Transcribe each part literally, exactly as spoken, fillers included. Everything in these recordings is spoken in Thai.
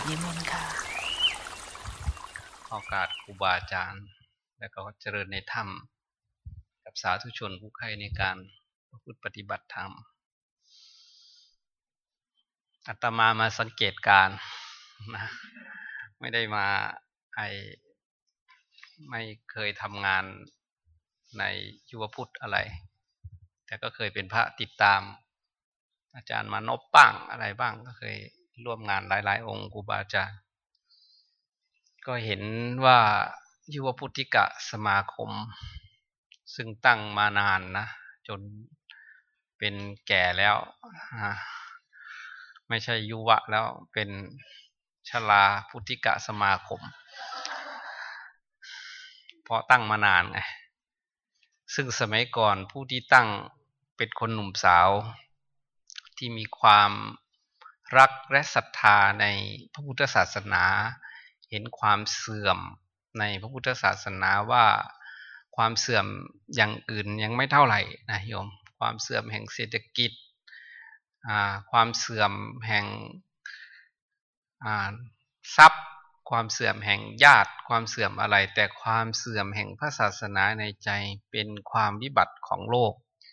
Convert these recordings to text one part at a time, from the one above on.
นิมนต์ค่ะโอกาสครูบาอาจารย์และก็เจริญในธรรมกับสาธุชนผู้ใคร่ในการประพฤติปฏิบัติธรรมอาตมามาสังเกตการนะไม่ได้มาไอไม่เคยทำงานในยุวพุทธอะไรแต่ก็เคยเป็นพระติดตามอาจารย์มานพบ้างอะไรบ้างก็เคยร่วมงานหลายๆองค์ครูบาอาจารย์ก็เห็นว่ายุวพุทธิกะสมาคมซึ่งตั้งมานานนะจนเป็นแก่แล้วไม่ใช่ยุวะแล้วเป็นชราพุทธิกะสมาคมเพราะตั้งมานานไงซึ่งสมัยก่อนผู้ที่ตั้งเป็นคนหนุ่มสาวที่มีความรักและศรัทธาในพระพุทธศาสนาเห็นความเสื่อมในพระพุทธศาสนาว่าความเสื่อมอย่างอื่นยังไม่เท่าไหร่นะโยมความเสื่อมแห่งเศรษฐกิจความเสื่อมแห่งทรัพย์ความเสื่อมแห่งญาติความเสื่อมอะไรแต่ความเสื่อมแห่งพระศาสนาในใจเป็นความวิบัติของโลก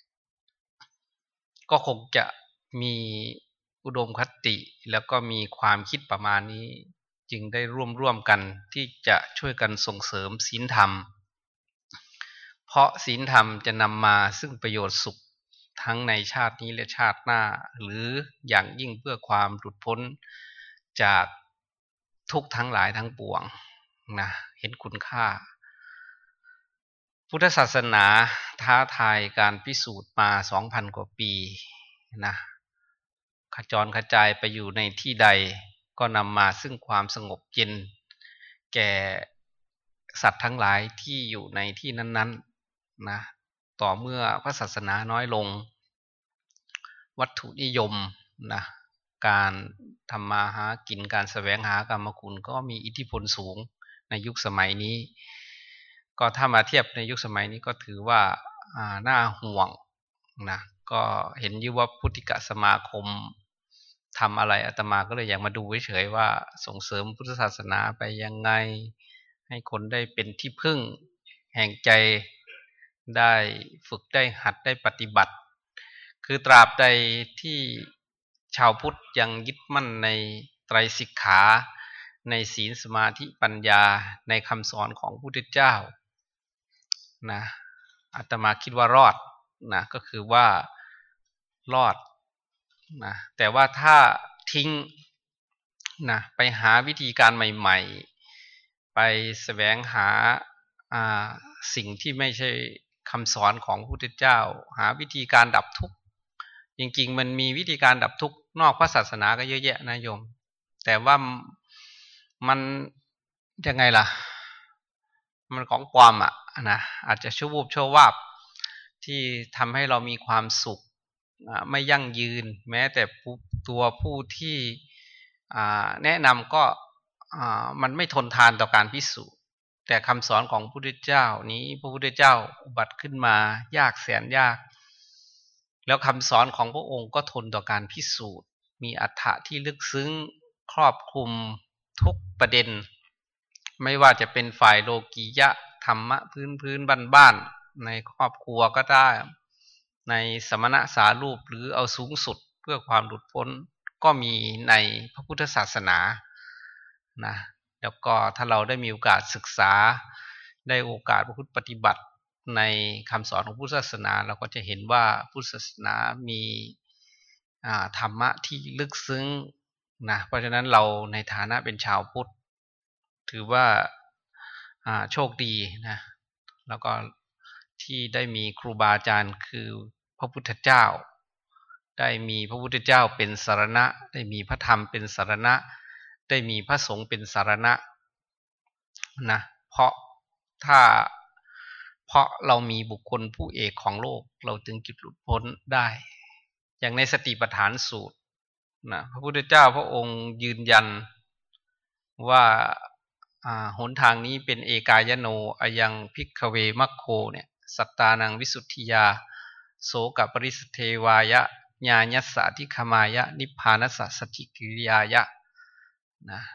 ก็คงจะมีอุดมคติแล้วก็มีความคิดประมาณนี้จึงได้ร่วมร่วมกันที่จะช่วยกันส่งเสริมศีลธรรมเพราะศีลธรรมจะนำมาซึ่งประโยชน์สุขทั้งในชาตินี้และชาติหน้าหรืออย่างยิ่งเพื่อความหลุดพ้นจากทุกข์ทั้งหลายทั้งปวงนะเห็นคุณค่าพุทธศาสนาท้าทายการพิสูจน์มา สองพัน กว่าปีนะขจรกระจายไปอยู่ในที่ใดก็นำมาซึ่งความสงบเย็นแก่สัตว์ทั้งหลายที่อยู่ในที่นั้นๆนะต่อเมื่อพระศาสนาน้อยลงวัตถุนิยมนะการทำมาหากินการแสวงหากรรมคุณก็มีอิทธิพลสูงในยุคสมัยนี้ก็ถ้ามาเทียบในยุคสมัยนี้ก็ถือว่าน่าห่วงนะก็เห็นยุวพุทธิกสมาคมทำอะไรอาตมาก็เลยอยากมาดูเฉยๆว่าส่งเสริมพุทธศาสนาไปยังไงให้คนได้เป็นที่พึ่งแห่งใจได้ฝึกได้หัดได้ปฏิบัติคือตราบใดที่ชาวพุทธยังยึดมั่นในไตรสิกขาในศีลสมาธิปัญญาในคำสอนของพระพุทธเจ้านะอาตมาคิดว่ารอดนะก็คือว่ารอดนะแต่ว่าถ้าทิ้งนะไปหาวิธีการใหม่ๆไปแสวงหาสิ่งที่ไม่ใช่คำสอนของพระพุทธเจ้าหาวิธีการดับทุกข์จริงๆมันมีวิธีการดับทุกข์นอกพระศาสนาก็เยอะแยะนะโยมแต่ว่ามันยังไงล่ะมันของปลอมอ่ะนะอาจจะชั่ววูบชั่ววาบที่ทำให้เรามีความสุขไม่ยั่งยืนแม้แต่ตัวผู้ที่แนะนำก็มันไม่ทนทานต่อการพิสูจน์แต่คำสอนของพระพุทธเจ้านี้พระพุทธเจ้าอุบัติขึ้นมายากแสนยากแล้วคำสอนของพระองค์ก็ทนต่อการพิสูจน์มีอรรถะที่ลึกซึ้งครอบคลุมทุกประเด็นไม่ว่าจะเป็นฝ่ายโลกียะธรรมะพื้นพื้นบ้านๆในครอบครัวก็ได้ในสมณะสารูปหรือเอาสูงสุดเพื่อความหลุดพ้นก็มีในพระพุทธศาสนานะแล้วก็ถ้าเราได้มีโอกาสศึกษาได้โอกาสประพฤติปฏิบัติในคำสอนของพุทธศาสนาเราก็จะเห็นว่าพุทธศาสนามีธรรมะที่ลึกซึ้งนะเพราะฉะนั้นเราในฐานะเป็นชาวพุทธถือว่าโชคดีนะแล้วก็ที่ได้มีครูบาอาจารย์คือพระพุทธเจ้าได้มีพระพุทธเจ้าเป็นสรณะได้มีพระธรรมเป็นสรณะได้มีพระสงฆ์เป็นสรณะนะเพราะถ้าเพราะเรามีบุคคลผู้เอกของโลกเราจึงจุดหลุดพ้นได้อย่างในสติปัฏฐานสูตรนะพระพุทธเจ้าพระองค์ยืนยันว่าหนทางนี้เป็นเอกายโนอยังภิกขเวมัคโคเนี่ยสัตตานังวิสุทธิยาโสกปริสเทวายะญาญัสสะทิคมายะนิพพานัสสะสจิกิริยายะนะ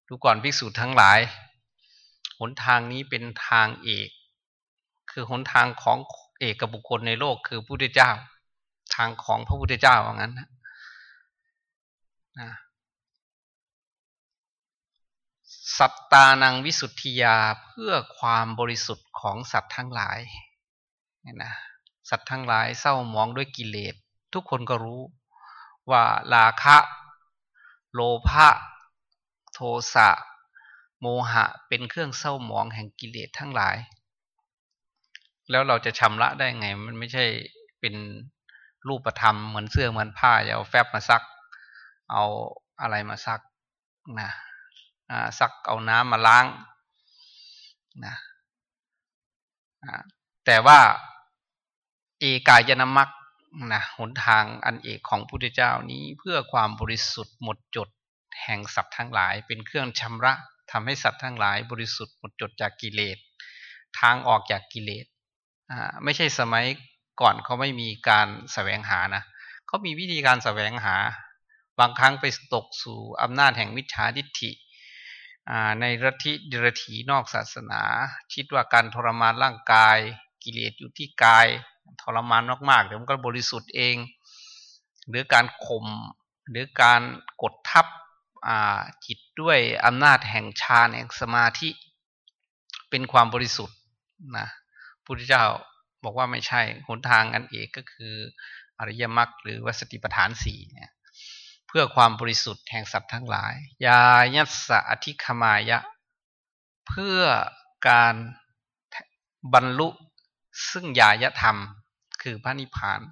ดูก่อนภิกษุทั้งหลายหนทางนี้เป็นทางเอกคือหนทางของเอกบุคคลในโลกคือพระพุทธเจ้าทางของพระพุทธเจ้าว่างั้นนะสัตตานังวิสุทธิยาเพื่อความบริสุทธิ์ของสัตว์ทั้งหลายเนี่ยนะสัตว์ทั้งหลายเศร้าหมองด้วยกิเลสทุกคนก็รู้ว่าราคะโลภะโทสะโมหะเป็นเครื่องเศร้าหมองแห่งกิเลสทั้งหลายแล้วเราจะชำระได้ไงมันไม่ใช่เป็นรูปธรรมเหมือนเสื้อเหมือนผ้าจะเอาแฟบมาซักเอาอะไรมาซักนะซักเอาน้ำมาล้างนะแต่ว่าเอกายนามัคนะหนทางอันเอกของพุทธเจ้านี้เพื่อความบริสุทธิ์หมดจดแห่งสัตว์ทั้งหลายเป็นเครื่องชำระทำให้สัตว์ทั้งหลายบริสุทธิ์หมดจดจากกิเลสทางออกจากกิเลสไม่ใช่สมัยก่อนเขาไม่มีการแสวงหานะเขามีวิธีการแสวงหาบางครั้งไปตกสู่อำนาจแห่งมิจฉาทิฏฐิในลัทธิเดรัจฉีนอกศาสนาคิดว่าการทรมานร่างกายกิเลสอยู่ที่กายทรมานมากๆเดี๋ยวมันก็บริสุทธิ์เองหรือการข่มหรือการกดทับจิตด้วยอำนาจแห่งฌานแห่งสมาธิเป็นความบริสุทธิ์นะพุทธเจ้าบอกว่าไม่ใช่หนทางอันเอกก็คืออริยมรรคหรือว่าสติปัฏฐานสี่เนี่ยเพื่อความบริสุทธิ์แห่งสัตว์ทั้งหลายยายัสสะอธิคมายะเพื่อการบรรลุซึ่งญาญธรรมคือพระนิพพาน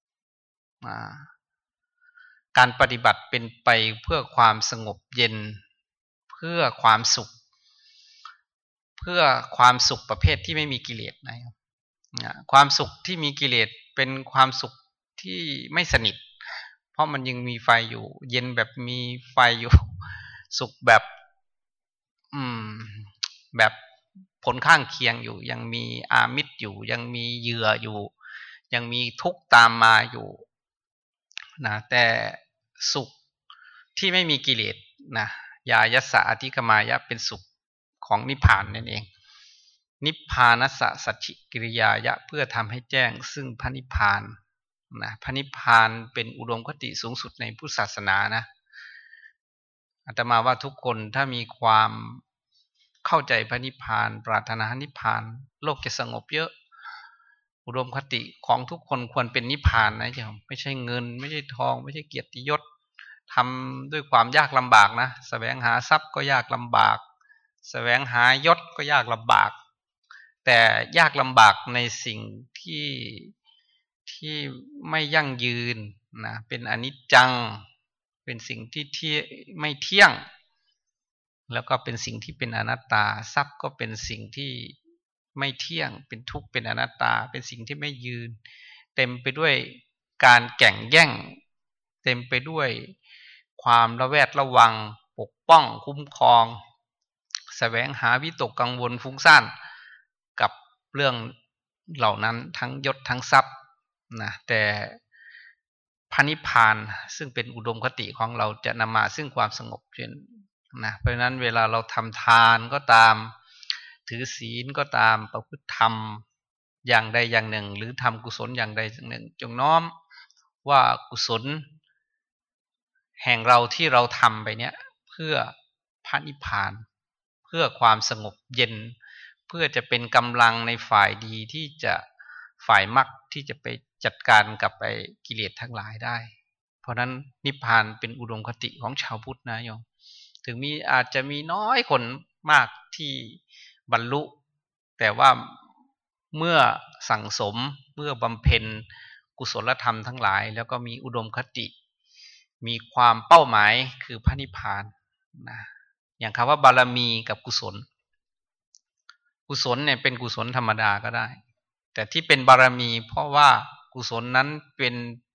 การปฏิบัติเป็นไปเพื่อความสงบเย็นเพื่อความสุขเพื่อความสุขประเภทที่ไม่มีกิเลสนะครับความสุขที่มีกิเลสเป็นความสุขที่ไม่สนิทเพราะมันยังมีไฟอยู่เย็นแบบมีไฟอยู่สุขแบบอืมแบบผลข้างเคียงอยู่ยังมีอามิตรอยู่ยังมีเหยื่ออยู่ยังมีทุกข์ตามมาอยู่นะแต่สุขที่ไม่มีกิเลสนะยายัสสะอธิคมายะเป็นสุขของนิพพานนั่นเองนิพพานัสสะสัจฉิกิริยายะเพื่อทำให้แจ้งซึ่งพระนิพพานนะพระนิพพานเป็นอุดมคติสูงสุดในพุทธศาสนานะอาตมาว่าทุกคนถ้ามีความเข้าใจพระนิพพานปรารถนานิพพานโลกจะสงบเยอะอุดมคติของทุกคนควรเป็นนิพพานนะจ๊ะไม่ใช่เงินไม่ใช่ทองไม่ใช่เกียรติยศทำด้วยความยากลำบากนะแสวงหาทรัพย์ก็ยากลำบากแสวงหายศก็ยากลำบากแต่ยากลำบากในสิ่งที่ที่ไม่ยั่งยืนนะเป็นอนิจจังเป็นสิ่งที่ที่ไม่เที่ยงแล้วก็เป็นสิ่งที่เป็นอนัตตาทรัพย์ก็เป็นสิ่งที่ไม่เที่ยงเป็นทุกข์เป็นอนัตตาเป็นสิ่งที่ไม่ยืนเต็มไปด้วยการแข่งแย่งเต็มไปด้วยความระแวดระวังปกป้องคุ้มครองแสวงหาวิตกกังวลฟุ้งซ่านกับเรื่องเหล่านั้นทั้งยศทั้งทรัพย์นะแต่พระนิพพานซึ่งเป็นอุดมคติของเราจะนำมาซึ่งความสงบเช่นนะเพราะฉะนั้นเวลาเราทำทานก็ตามถือศีลก็ตามประพฤติธรรมอย่างใดอย่างหนึ่งหรือทำกุศลอย่างใดอย่างหนึ่งจงน้อมว่ากุศลแห่งเราที่เราทำไปเนี้ยเพื่อพระนิพพานเพื่อความสงบเย็นเพื่อจะเป็นกำลังในฝ่ายดีที่จะฝ่ายมรรคที่จะไปจัดการกับไอ้กิเลสทั้งหลายได้เพราะนั้นนิพพานเป็นอุดมคติของชาวพุทธนะโยมถึงมีอาจจะมีน้อยคนมากที่บรรลุแต่ว่าเมื่อสั่งสมเมื่อบำเพ็ญกุศลธรรมทั้งหลายแล้วก็มีอุดมคติมีความเป้าหมายคือพระนิพพานนะอย่างคำว่าบารมีกับกุศลกุศลเนี่ยเป็นกุศลธรรมดาก็ได้แต่ที่เป็นบารมีเพราะว่ากุศลนั้นเป็น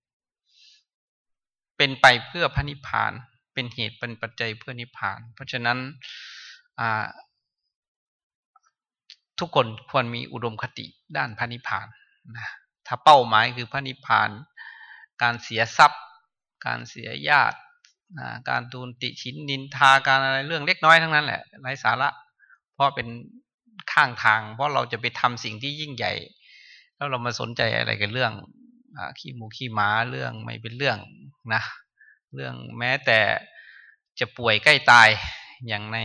เป็นไปเพื่อพระนิพพานเป็นเหตุเป็นปัจจัยเพื่อนิพพานเพราะฉะนั้นทุกคนควรมีอุดมคติด้านพระนิพพานนะถ้าเป้าหมายคือพระนิพพานการเสียทรัพย์การเสียญาติการตูนติฉินนินทาการอะไรเรื่องเล็กน้อยทั้งนั้นแหละไร้สาระเพราะเป็นข้างทางเพราะเราจะไปทำสิ่งที่ยิ่งใหญ่แล้วเรามาสนใจอะไรกับเรื่องขี้หมูขี้หมาเรื่องไม่เป็นเรื่องนะเรื่องแม้แต่จะป่วยใกล้ตายอย่างใน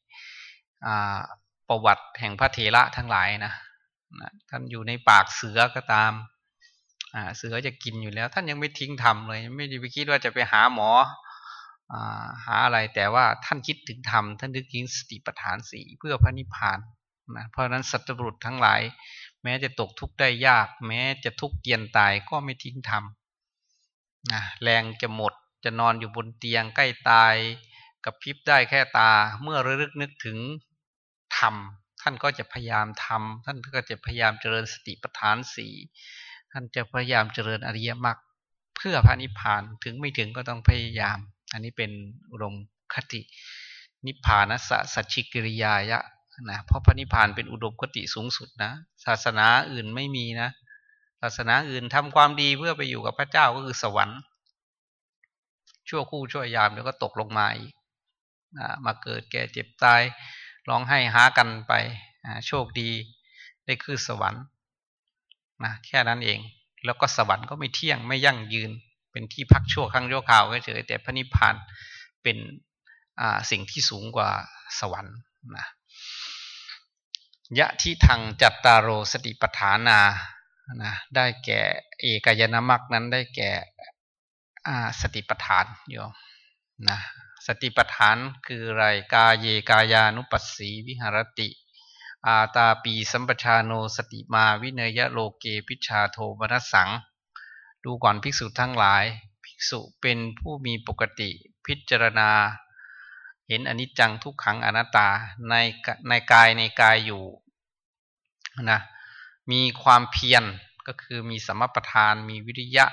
ประวัติแห่งพระเถระทั้งหลายนะท่านอยู่ในปากเสือก็ตามเสือจะกินอยู่แล้วท่านยังไม่ทิ้งทำเลยไม่ได้ไปคิดว่าจะไปหาหมอหาอะไรแต่ว่าท่านคิดถึงธรรมท่านนึกถึงสติปัฏฐานสี่เพื่อพระนิพพานนะเพราะฉะนั้นสัตว์บุรุษทั้งหลายแม้จะตกทุกข์ได้ยากแม้จะทุกข์เกียนตายก็ไม่ทิ้งธรรมนะแรงจะหมดจะนอนอยู่บนเตียงใกล้ตายกับพริบได้แค่ตาเมื่อระลึกนึกถึงธรรมท่านก็จะพยายามทำท่านก็จะพยายามเจริญสติปัฏฐานสี่ท่านจะพยายามเจริญอริยมรรคเพื่อพระนิพพานถึงไม่ถึงก็ต้องพยายามอันนี้เป็นอุดมคตินิพพานัสสะสัจฉิกิริยายะนะเพราะพระนิพพานเป็นอุดมคติสูงสุดนะศาสนาอื่นไม่มีนะศาสนาอื่นทำความดีเพื่อไปอยู่กับพระเจ้าก็คือสวรรค์ชั่วคู่ชั่วยามแล้วก็ตกลงมาอีกมาเกิดแก่เจ็บตายร้องไห้หากันไปโชคดีได้คือสวรรค์นะแค่นั้นเองแล้วก็สวรรค์ก็ไม่เที่ยงไม่ยั่งยืนเป็นที่พักชั่วครั้งชั่วคราวเฉยแต่พระนิพพานเป็นสิ่งที่สูงกว่าสวรรค์นะยะที่ทางจัตตารโรสติปัฏฐานานะได้แก่เอกายนามรรคนั้นได้แก่สติปัฏฐานโยมนะสติปัฏฐานคืออะไรกายเยกายานุปัสสีวิหารติอาตาปีสัมปชาโนสติมาวิเนยะโลเกพิชาโทมนัสสังดูก่อนภิกษุทั้งหลายภิกษุเป็นผู้มีปกติพิจารณาเห็นอนิจจังทุกขังอนัตตาในในกายในกายอยู่นะมีความเพียรก็คือมีสัมมาประธานมีวิริยะ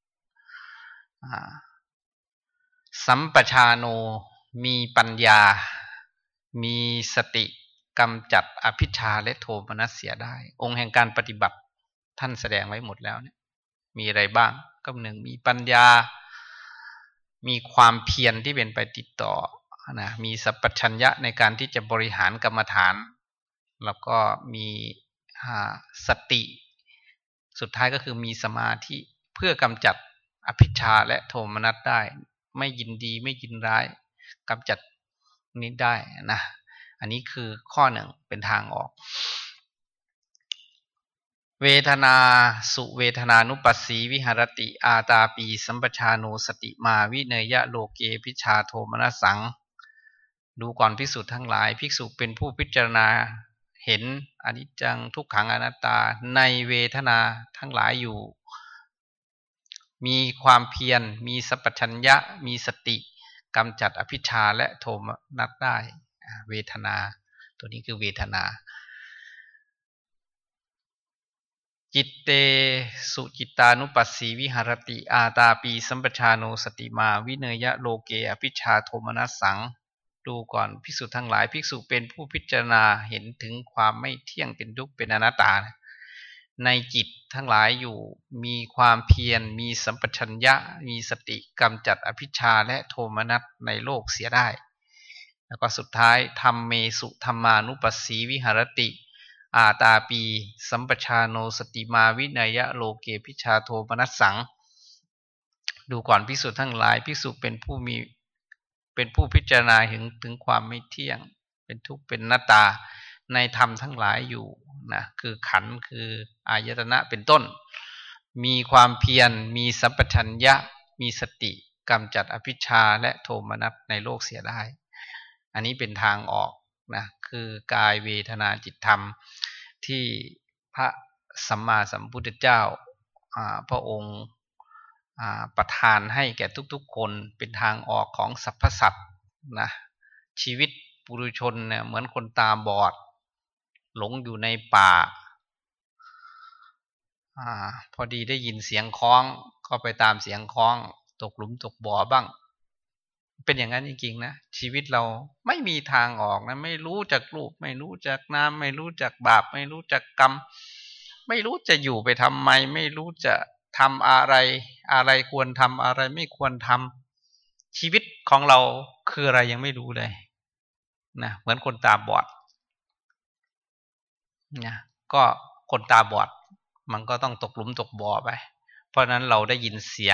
สัมปชาโนมีปัญญามีสติกำจัดอภิชฌาและโทมนัสเสียได้องค์แห่งการปฏิบัติท่านแสดงไว้หมดแล้วเนี่ยมีอะไรบ้างก็หนึ่งมีปัญญามีความเพียรที่เป็นไปติดต่อนะมีสัพพัญญะในการที่จะบริหารกรรมฐานแล้วก็มีสติสุดท้ายก็คือมีสมาธิเพื่อกำจัดอภิชฌาและโทมนัสได้ไม่ยินดีไม่ยินร้ายกำจัดนี้ได้นะอันนี้คือข้อหนึ่งเป็นทางออกเวทนาสุเวทนานุปัสสีวิหารติอาตาปีสัมปชาโนสติมาวิเนยะโลเกพิชาโทมนัสสังดูก่อนภิกษุทั้งหลายภิกษุเป็นผู้พิจารณาเห็นอนิจจังทุกขังอนัตตาในเวทนาทั้งหลายอยู่มีความเพียรมีสัพพัญญะมีสติกำจัดอภิชฌาและโทมนัสได้เวทนาตัวนี้คือเวทนาจิตเตสุจิตานุปัสสีวิหารติอาตาปีสัมปชาโนสติมาวิเนยะโลเกอภิชฌาโทมนัสสังดูก่อนภิกษุทั้งหลายภิกษุเป็นผู้พิจารณาเห็นถึงความไม่เที่ยงเป็นทุกข์เป็นอนัตตาในจิตทั้งหลายอยู่มีความเพียรมีสัมปชัญญะมีสติกำจัดอภิชฌาและโทมนัสในโลกเสียได้แล้วก็สุดท้ายธรรมเมสุธรรมานุปัสสีวิหารติอาตาปีสัมปชาโนสติมาวิเนยะโลเกพิชาโทมนัสสังดูก่อนภิกษุทั้งหลายภิกษุเป็นผู้มีเป็นผู้พิจารณาเห็นถึงความไม่เที่ยงเป็นทุกข์เป็นอนัตตาในธรรมทั้งหลายอยู่นะคือขันธ์คืออายตนะเป็นต้นมีความเพียรมีสัมปชัญญะมีสติกำจัดอภิชฌาและโทมนัสในโลกเสียได้อันนี้เป็นทางออกนะคือกายเวทนาจิตธรรมที่พระสัมมาสัมพุทธเจ้าพระองค์ประทานให้แก่ทุกๆคนเป็นทางออกของสรรพสัตว์นะชีวิตปุถุชนเนี่ยเหมือนคนตาบอดหลงอยู่ในป่าอ่าพอดีได้ยินเสียงคล้องก็ไปตามเสียงคล้องตกหลุมตกบ่อบ้างเป็นอย่างนั้นจริงๆนะชีวิตเราไม่มีทางออกนะไม่รู้จักรูปไม่รู้จักนามไม่รู้จักบาปไม่รู้จักกรรมไม่รู้จะอยู่ไปทำไมไม่รู้จะทำอะไรอะไรควรทำอะไรไม่ควรทำชีวิตของเราคืออะไรยังไม่รู้เลยนะเหมือนคนตาบอดนะก็คนตาบอดมันก็ต้องตกหลุมตกบ่อไปเพราะนั้นเราได้ยินเสียง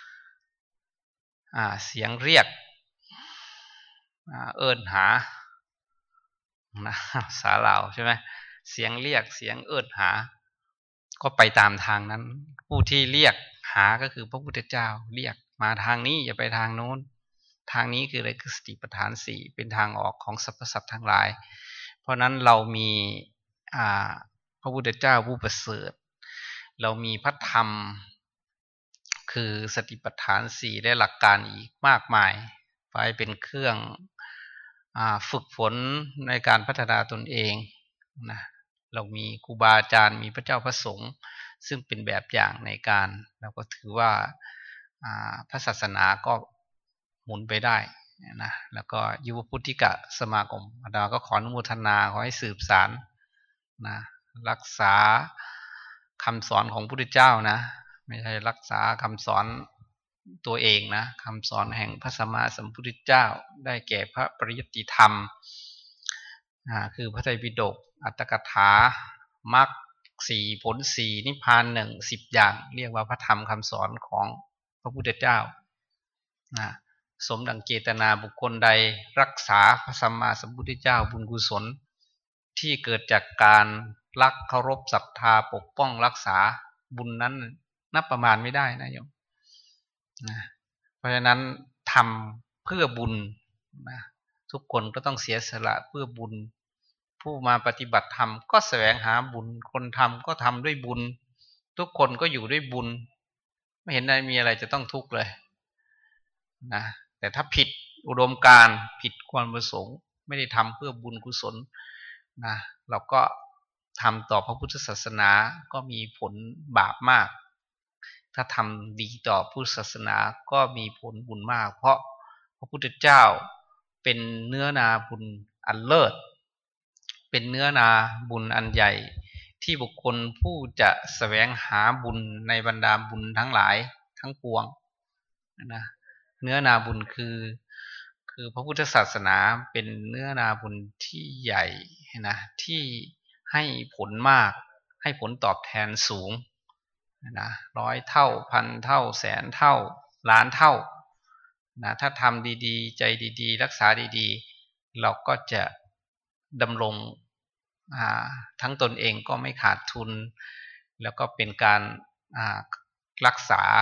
อ่าเสียงเรียกอ่าเอิ้นหานะสาลาวใช่ไหมเสียงเรียกเสียงเอิ้นหาก็ไปตามทางนั้นผู้ที่เรียกหาก็คือพระพุทธเจ้าเรียกมาทางนี้อย่าไปทางโน้นทางนี้คืออะไรคือสติปัฏฐานสี่เป็นทางออกของสรรพสัตว์ทั้งหลายเพราะนั้นเรามีอ่าพระพุทธเจ้าผู้ประเสริฐเรามีพระธรรมคือสติปัฏฐานสี่และหลักการอีกมากมายไปเป็นเครื่องอ่าฝึกฝนในการพัฒนาตนเองนะเรามีครูบาอาจารย์มีพระเจ้าพระสงฆ์ซึ่งเป็นแบบอย่างในการเราก็ถือว่าพระศาสนาก็หมุนไปได้นะแล้วก็ยุวพุทธิกะสมาคมอาจารย์ก็ขออนุโมทนาขอให้สืบสานนะรักษาคำสอนของพระพุทธเจ้านะไม่ใช่รักษาคำสอนตัวเองนะคำสอนแห่งพระสัมมาสัมพุทธเจ้าได้แก่พระปริยัติธรรมคือพระไตรปิฎกอัตถกถามรรคสี่ผลสี่นิพพานหนึ่งสิบอย่างเรียกว่าพระธรรมคำสอนของพระพุทธเจ้านะสมดังเจตนาบุคคลใดรักษาพระสัมมาสัมพุทธเจ้าบุญกุศลที่เกิดจากการรักเคารพศรัทธาปกป้องรักษาบุญนั้นนับประมาณไม่ได้นะโยมนะเพราะฉะนั้นทำเพื่อบุญนะทุกคนก็ต้องเสียสละเพื่อบุญผู้มาปฏิบัติธรรมก็แสวงหาบุญคนทำก็ทำด้วยบุญทุกคนก็อยู่ด้วยบุญไม่เห็นได้มีอะไรจะต้องทุกข์เลยนะแต่ถ้าผิดอุดมการณ์ผิดความประสงค์ไม่ได้ทำเพื่อบุญกุศลนะเราก็ทำต่อพระพุทธศาสนาก็มีผลบาปมากถ้าทำดีต่อพุทธศาสนาก็มีผลบุญมากเพราะพระพุทธเจ้าเป็นเนื้อนาบุญอันเลิศเป็นเนื้อนาบุญอันใหญ่ที่บุคคลผู้จะแสวงหาบุญในบรรดาบุญทั้งหลายทั้งปวงนะเนื้อนาบุญคือคือพระพุทธศาสนาเป็นเนื้อนาบุญที่ใหญ่นะที่ให้ผลมากให้ผลตอบแทนสูงนะร้อยเท่าพันเท่าแสนเท่าล้านเท่านะถ้าทำดีๆใจดีๆรักษาดีๆเราก็จะดำรงทั้งตนเองก็ไม่ขาดทุนแล้วก็เป็นการรักษา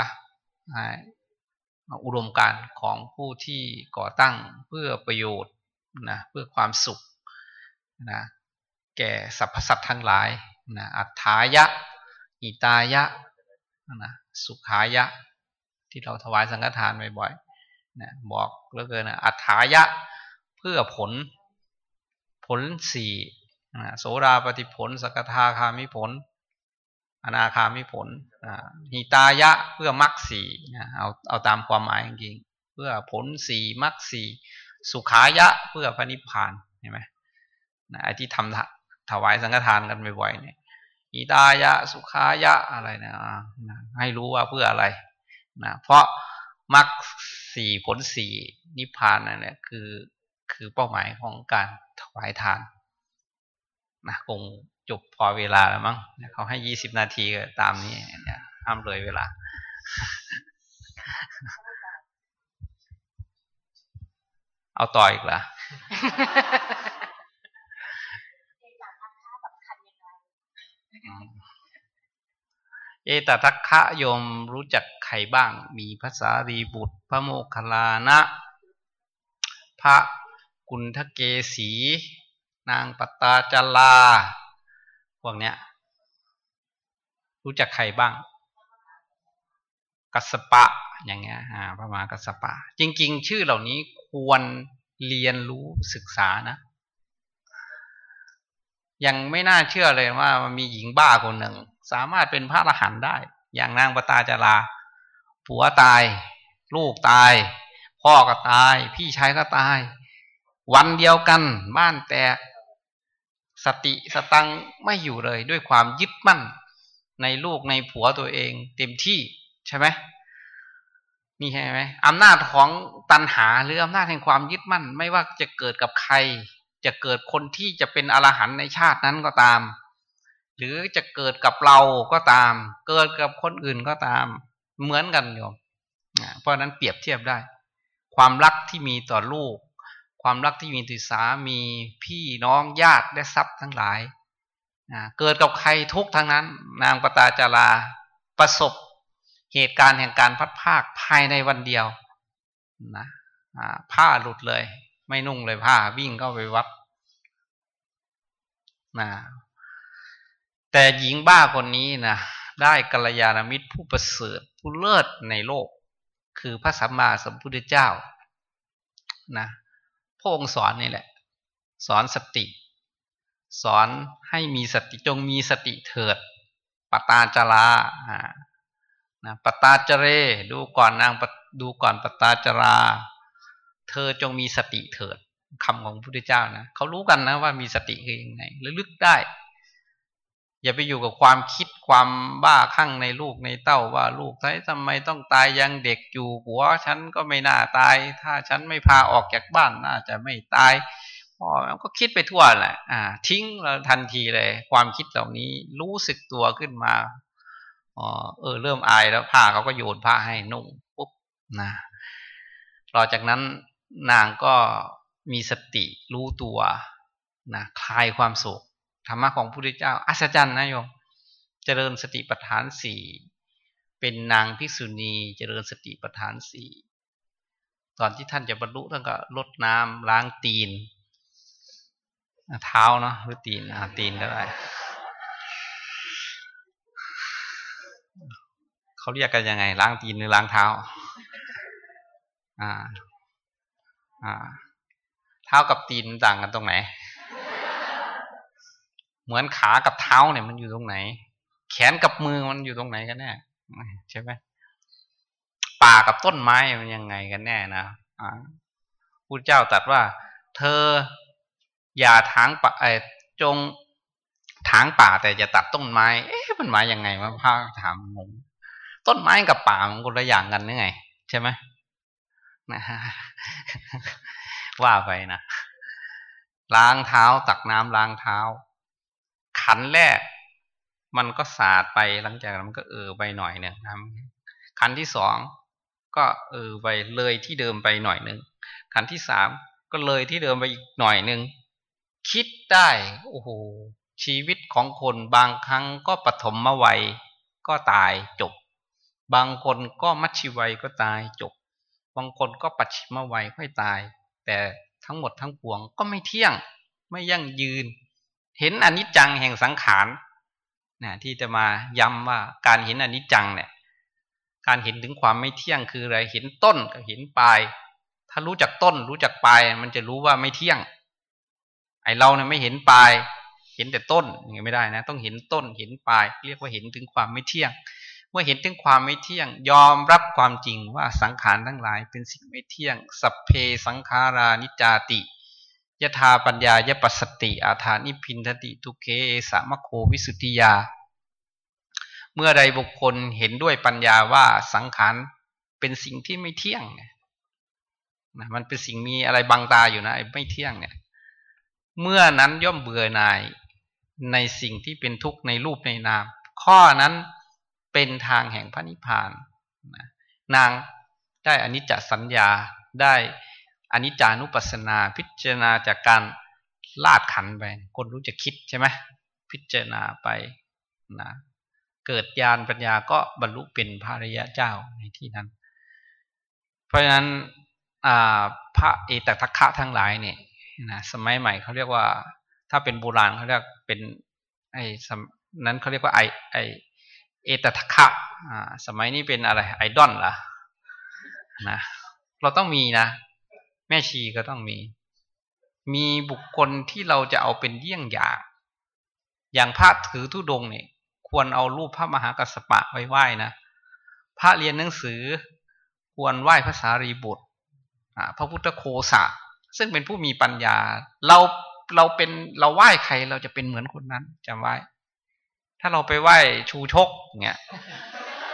อุดมการณ์ของผู้ที่ก่อตั้งเพื่อประโยชน์นะเพื่อความสุขนะแก่สรรพสัตว์ทั้งหลายนะอัฏฐายะอิตายะนะสุขายะที่เราถวายสังฆทานบ่อยๆนะบอกเหลือเกินนะอัฏฐายะเพื่อผลผลสี่โสดาปัตติผลสกทาคามิผลอนาคามิผลหิตายะเพื่อมรรคสี่เอาเอาตามความหมายจริงๆเพื่อผลสี่มรรคสี่สุขายะเพื่อพระนิพพานเห็นไหมไอ้ที่ทำถวายสังฆทานกันบ่อยๆเนี่ยหิตายะสุขายะอะไรนะให้รู้ว่าเพื่ออะไรนะเพราะมรรคสี่ผลสี่นิพพานนั่นแหละคือคือเป้าหมายของการถวายทานนะคงจบพอเวลาแล้วมั้งเขาให้ยี่สิบนาทีก็ตามนี้เนี่ยห้ามเลยเวลาเอาต่ออีกเหรอเอตทัคคะโยมรู้จักใครบ้างมีภาษารีบุตรพระโมคคัลลานะพระกุณฑเกสีนางปตาจาราพวกเนี้ยรู้จักใครบ้างกัสสปะอย่างเงี้ยอ่าพระมหากัสสปะจริงๆชื่อเหล่านี้ควรเรียนรู้ศึกษานะยังไม่น่าเชื่อเลยว่ามันมีหญิงบ้าคนหนึ่งสามารถเป็นพระอรหันต์ได้อย่างนางปตาจาราผัวตายลูกตายพ่อก็ตายพี่ชายก็ตายวันเดียวกันบ้านแตกสติสตังไม่อยู่เลยด้วยความยึดมั่นในลูกในผัวตัวเองเต็มที่ใช่ไหมนี่ใช่ไหมอำนาจของตัณหาหรืออำนาจแห่งความยึดมั่นไม่ว่าจะเกิดกับใครจะเกิดคนที่จะเป็นอรหันต์ในชาตินั้นก็ตามหรือจะเกิดกับเราก็ตามเกิดกับคนอื่นก็ตามเหมือนกันโยมเพราะนั้นเปรียบเทียบได้ความรักที่มีต่อลูกความรักที่มีต่อสามีพี่น้องญาติและทรัพย์ทั้งหลายเกิดกับใครทุกทั้งนั้นนางปตาจาราประสบเหตุการณ์แห่งการพัดภาคภายในวันเดียวนะผ้าหลุดเลยไม่นุ่งเลยผ้าวิ่งเข้าไปวัดนะแต่หญิงบ้าคนนี้นะได้กัลยาณมิตรผู้ประเสริฐผู้เลิศในโลกคือพระสัมมาสัมพุทธเจ้านะพระองค์สอนนี่แหละสอนสติสอนให้มีสติจงมีสติเถิดปตาจารานะปตาจเรดูก่อนนางดูก่อนปตาจาราเธอจงมีสติเถิดคำของพระพุทธเจ้านะเขารู้กันนะว่ามีสติคือยังไงระลึกได้อย่าไปอยู่กับความคิดความบ้าคลั่งในลูกในเต้าว่าลูกทำไมต้องตายยังเด็กอยู่ผัวฉันก็ไม่น่าตายถ้าฉันไม่พาออกจากบ้านน่าจะไม่ตายอ๋อมันก็คิดไปทั่วแหละอ่าทิ้งแล้วทันทีเลยความคิดเหล่านี้รู้สึกตัวขึ้นมาอ๋อเออเริ่มอายแล้วผ้าเขาก็โยนผ้าให้นุ่งปุ๊บนะต่อจากนั้นนางก็มีสติรู้ตัวนะคลายความโศกธรรมะของพระพุทธเจ้าอัศจรรย์นะโยมเจริญสติปัฏฐานสี่เป็นนางภิกษุณีเจริญสติปัฏฐานสี่ตอนที่ท่านจะบรรลุท่านก็ลดน้ำล้างตีนเท้าเนาะหรือตีนอ่าตีนก็ได้เขาเรียกกันยังไงล้างตีนหรือล้างเท้าอ่าอ่าเท้ากับตีนต่างกันตรงไหนเหมือนขากับเท้าเนี่ยมันอยู่ตรงไหนแขนกับมือมันอยู่ตรงไหนกันแน่ใช่ไหมป่ากับต้นไม้มันยังไงกันแน่นะอ่าพุทธเจ้าตรัสว่าเธออย่าถางป่าไอ้จงถางป่าแต่อย่าตัดต้นไม้เอ๊ะมันหมายยังไงวะพระถามงงต้นไม้กับป่ามันคนละอย่างกันนี่ไงใช่ไหมนะว่าไปนะล้างเท้าตักน้ำล้างเท้าขันแรกมันก็สาดไปหลังจากนั้นมันก็เออไปหน่อยหนึ่งนะขันที่สองก็เออไปเลยที่เดิมไปหน่อยหนึ่งขันที่สามก็เลยที่เดิมไปอีกหน่อยหนึ่งคิดได้โอ้โหชีวิตของคนบางครั้งก็ปฐมวัยก็ตายจบบางคนก็มัชชิวัยก็ตายจบบางคนก็ปัจฉิมวัยค่อยตายแต่ทั้งหมดทั้งปวงก็ไม่เที่ยงไม่ยั่งยืนเห็นอนิจจังแห่งสังขารนะที่จะมาย้ำว่าการเห็นอนิจจังเนี่ยการเห็นถึงความไม่เที่ยงคืออะไรเห็นต้นกับเห็นปลายถ้ารู้จักต้นรู้จักปลายมันจะรู้ว่าไม่เที่ยงไอเราเนี่ยไม่เห็นปลายเห็นแต่ต้นอย่างนี้ไม่ได้นะต้องเห็นต้นเห็นปลายเรียกว่าเห็นถึงความไม่เที่ยงเมื่อเห็นถึงความไม่เที่ยงยอมรับความจริงว่าสังขารทั้งหลายเป็นสิ่งไม่เที่ยงสัพเพสังขารานิจจาติยถาปัญญายปัสสติอาถานิพินทติทุเกสามโควิสุทธิยาเมื่อใดบุคคลเห็นด้วยปัญญาว่าสังขารเป็นสิ่งที่ไม่เที่ยงนะมันเป็นสิ่งมีอะไรบังตาอยู่นะไม่เที่ยงเนี่ยเมื่อนั้นย่อมเบื่อหน่ายในสิ่งที่เป็นทุกข์ในรูปในนามข้อนั้นเป็นทางแห่งพระนิพพานนางได้อนิจจสัญญาได้อนิจจานุปัสสนาพิจารณาจากการลาดขันไปคนรู้จะคิดใช่ไหมพิจารณาไปนะเกิดญาณปัญญาก็บรรลุเป็นพระอริยเจ้าในที่นั้นเพราะฉะนั้นพระเอตทัคคะทั้งหลายเนี่ยนะสมัยใหม่เขาเรียกว่าถ้าเป็นโบราณเขาเรียกเป็นไอ้นั้นเขาเรียกว่าไอไอเอตทัคคะสมัยนี้เป็นอะไรไอดอลเหรอนะเราต้องมีนะแม่ชีก็ต้องมีมีบุคคลที่เราจะเอาเป็นเยี่ยงอย่างอย่างพระถือธุดงค์เนี่ยควรเอารูปพระมหากัสสปะไว้ไหว้นะพระเรียนหนังสือควรไหว้พระสารีบุตรพระพุทธโคสะซึ่งเป็นผู้มีปัญญาเราเราเป็นเราไหว้ใครเราจะเป็นเหมือนคนนั้นจำไว้ถ้าเราไปไหว้ชูชกเงี้ย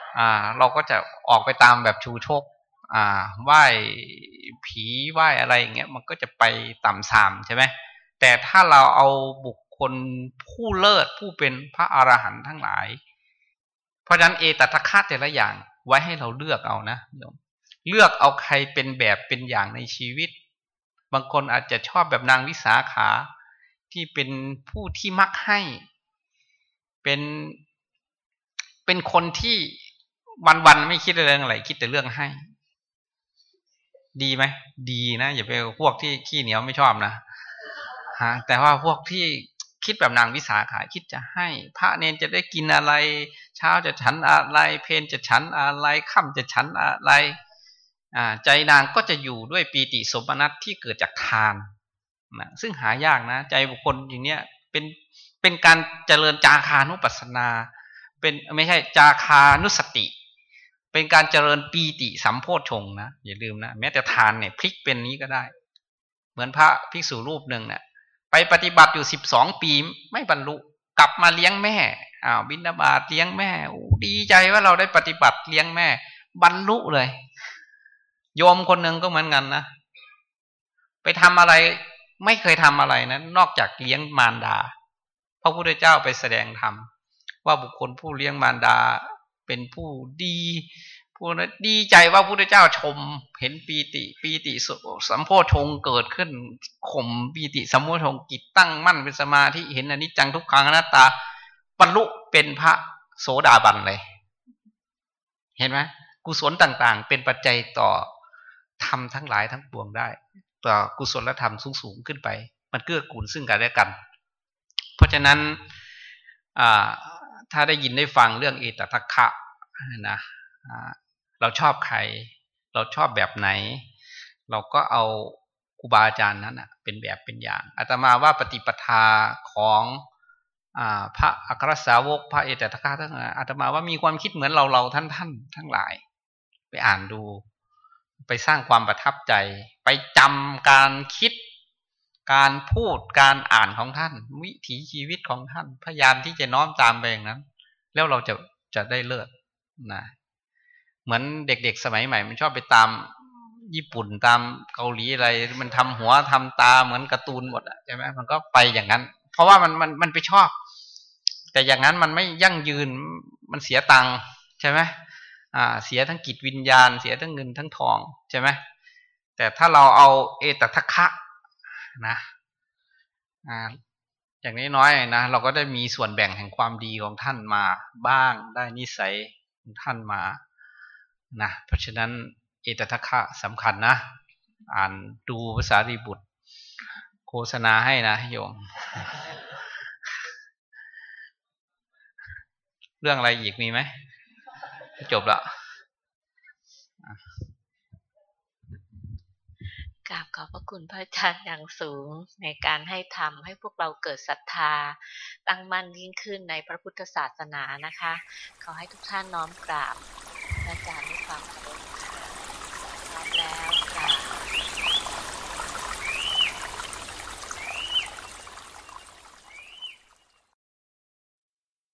อ่าเราก็จะออกไปตามแบบชูชกอ่าไหว้ผีไหว้อะไรอย่างเงี้ยมันก็จะไปต่ำทรามใช่ไหมแต่ถ้าเราเอาบุคคลผู้เลิศผู้เป็นพระอรหันต์ทั้งหลายเพราะฉะนั้นเอตทัคคะแต่ละอย่างไว้ให้เราเลือกเอานะโยมเลือกเอาใครเป็นแบบเป็นอย่างในชีวิตบางคนอาจจะชอบแบบนางวิสาขาที่เป็นผู้ที่มักให้เป็นเป็นคนที่วันๆไม่คิดเรื่องอะไรคิดแต่เรื่องให้ดีไหมดีนะอย่าไปพวกที่ขี้เหนียวไม่ชอบนะฮะแต่ว่าพวกที่คิดแบบนางวิสาขาคิดจะให้พระเนนจะได้กินอะไรเช้าจะฉันอะไรเพลจะฉันอะไรค่ำจะฉันอะไรอ่าใจนางก็จะอยู่ด้วยปีติสมนัตที่เกิดจากทานนะซึ่งหายากนะใจบุคคลอย่างเนี้ยเป็นเป็นการเจริญจาคานุปัสสนาเป็นไม่ใช่จาคานุสติเป็นการเจริญปีติสัมโพชฌงค์นะอย่าลืมนะแม้แต่ทานเนี่ยพลิกเป็นนี้ก็ได้เหมือนพระภิกษุรูปหนึ่งเนี่ยไปปฏิบัติอยู่สิบสองปีไม่บรรลุกลับมาเลี้ยงแม่อ้าวบิณฑบาตเลี้ยงแม่ดีใจว่าเราได้ปฏิบัติเลี้ยงแม่บรรลุเลยโยมคนหนึ่งก็เหมือนกันนะไปทำอะไรไม่เคยทำอะไรนะนอกจากเลี้ยงมารดาพระพุทธเจ้าไปแสดงธรรมว่าบุคคลผู้เลี้ยงมารดาเป็นผู้ดีผู้นั้นดีใจว่าพระพุทธเจ้าชมเห็นปีติปีติสัมโพชฌงค์เกิดขึ้นข่มปีติสัมโพชฌงค์จิตตั้งมั่นเป็นสมาธิเห็นอนิจจังทุกขังอนัตตาบรรลุเป็นพระโสดาบันเลยเห็นไหมกุศลต่างๆเป็นปัจจัยต่อธรรมทั้งหลายทั้งปวงได้ต่อกุศลธรรมสูงๆขึ้นไปมันเกื้อกูลซึ่งกันและกันเพราะฉะนั้นถ้าได้ยินได้ฟังเรื่องเอตทัคคะนะเราชอบใครเราชอบแบบไหนเราก็เอาครูบาอาจารย์นั้นเป็นแบบเป็นอย่างอาตมาว่าปฏิปทาของพระอัครสาวกพระเอตทัคคะทั้งหลายอาตมาว่ามีความคิดเหมือนเราเราท่านท่านทั้งหลายไปอ่านดูไปสร้างความประทับใจไปจำการคิดการพูดการอ่านของท่านวิถีชีวิตของท่านพยายามที่จะน้อมตามไปอย่างนั้นแล้วเราจะจะได้เลิศนะเหมือนเด็กๆสมัยใหม่มันชอบไปตามญี่ปุ่นตามเกาหลีอะไรมันทำหัวทำตาเหมือนการ์ตูนหมดใช่ไหมมันก็ไปอย่างนั้นเพราะว่ามันมันมันไปชอบแต่อย่างนั้นมันไม่ยั่งยืนมันเสียตังค์ใช่ไหมอ่าเสียทั้งจิตวิญญาณเสียทั้งเงินทั้งทองใช่ไหมแต่ถ้าเราเอาเอตทัคคะนะอ่าอย่างน้อยๆนะเราก็ได้มีส่วนแบ่งแห่งความดีของท่านมาบ้างได้นิสัยของท่านมานะเพราะฉะนั้นเอตทัคคะสำคัญนะอ่านดูภาษารีบุตรโฆษณาให้นะโยมเรื่องอะไรอีกมีไหมจบละกราบขอบพระคุณพระอาจารย์อย่างสูงในการให้ธรรมให้พวกเราเกิดศรัทธาตั้งมั่นยิ่งขึ้นในพระพุทธศาสนานะคะขอให้ทุกท่านน้อมกราบ